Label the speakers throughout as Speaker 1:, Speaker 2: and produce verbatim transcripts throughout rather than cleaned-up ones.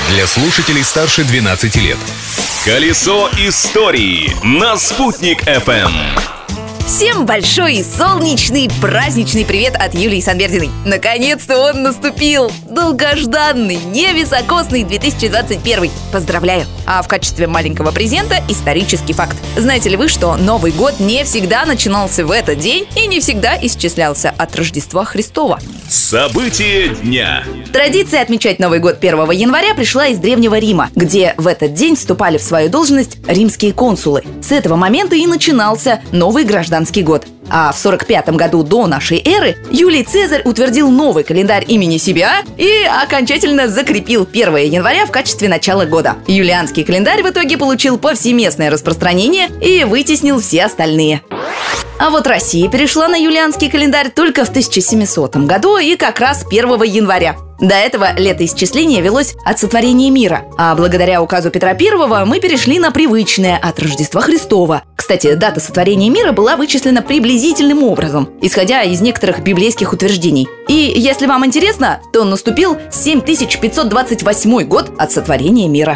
Speaker 1: для слушателей старше двенадцати лет. Колесо истории на Спутник эф эм.
Speaker 2: Всем большой и солнечный праздничный привет от Юлии Санбердиной. Наконец-то он наступил! Долгожданный, невисокосный две тысячи двадцать первый. Поздравляю! А в качестве маленького презента исторический факт. Знаете ли вы, что Новый год не всегда начинался в этот день и не всегда исчислялся от Рождества Христова?
Speaker 1: События дня.
Speaker 2: Традиция отмечать Новый год первого января пришла из Древнего Рима, где в этот день вступали в свою должность римские консулы. С этого момента и начинался новый гражданский год. А в сорок пятом году до нашей эры Юлий Цезарь утвердил новый календарь имени себя и окончательно закрепил первое января в качестве начала года. Юлианский календарь в итоге получил повсеместное распространение и вытеснил все остальные. А вот Россия перешла на юлианский календарь только в тысяча семисотом году и как раз первого января. До этого летоисчисление велось от сотворения мира, а благодаря указу Петра Первого мы перешли на привычное от Рождества Христова. Кстати, дата сотворения мира была вычислена приблизительным образом, исходя из некоторых библейских утверждений. И если вам интересно, то наступил семь тысяч пятьсот двадцать восьмой год от сотворения мира.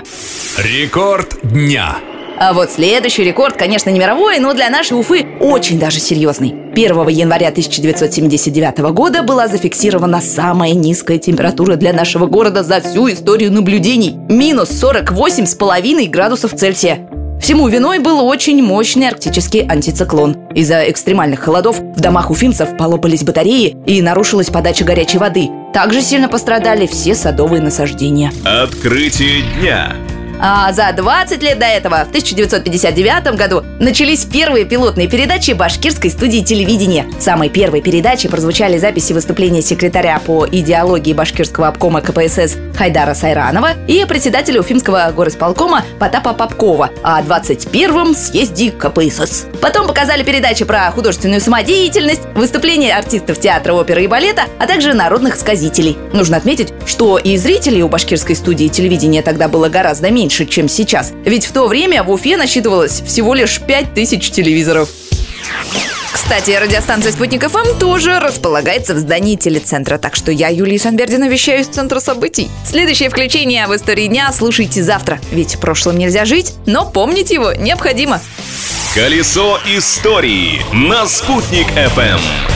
Speaker 1: Рекорд дня.
Speaker 2: А вот следующий рекорд, конечно, не мировой, но для нашей Уфы очень даже серьезный. первого января тысяча девятьсот семьдесят девятого года была зафиксирована самая низкая температура для нашего города за всю историю наблюдений – минус сорок восемь с половиной градусов Цельсия. Всему виной был очень мощный арктический антициклон. Из-за экстремальных холодов в домах уфимцев полопались батареи и нарушилась подача горячей воды. Также сильно пострадали все садовые насаждения.
Speaker 1: Открытие дня.
Speaker 2: А за двадцать лет до этого, в тысяча девятьсот пятьдесят девятом году, начались первые пилотные передачи башкирской студии телевидения. В самой первой передаче прозвучали записи выступления секретаря по идеологии башкирского обкома ка пэ эс эс Хайдара Сайранова и председателя Уфимского горисполкома Потапа Попкова о двадцать первом съезде ка пэ эс эс. Потом показали передачи про художественную самодеятельность, выступления артистов театра, оперы и балета, а также народных сказителей. Нужно отметить, что и зрителей у башкирской студии телевидения тогда было гораздо меньше, чем сейчас. Ведь в то время в Уфе насчитывалось всего лишь пять тысяч телевизоров. Кстати, радиостанция «Спутник эф эм» тоже располагается в здании телецентра, так что я, Юлия Санбердина, вещаю из центра событий. Следующее включение в истории дня слушайте завтра, ведь прошлым нельзя жить, но помнить его необходимо.
Speaker 1: Колесо истории на Спутник эф эм.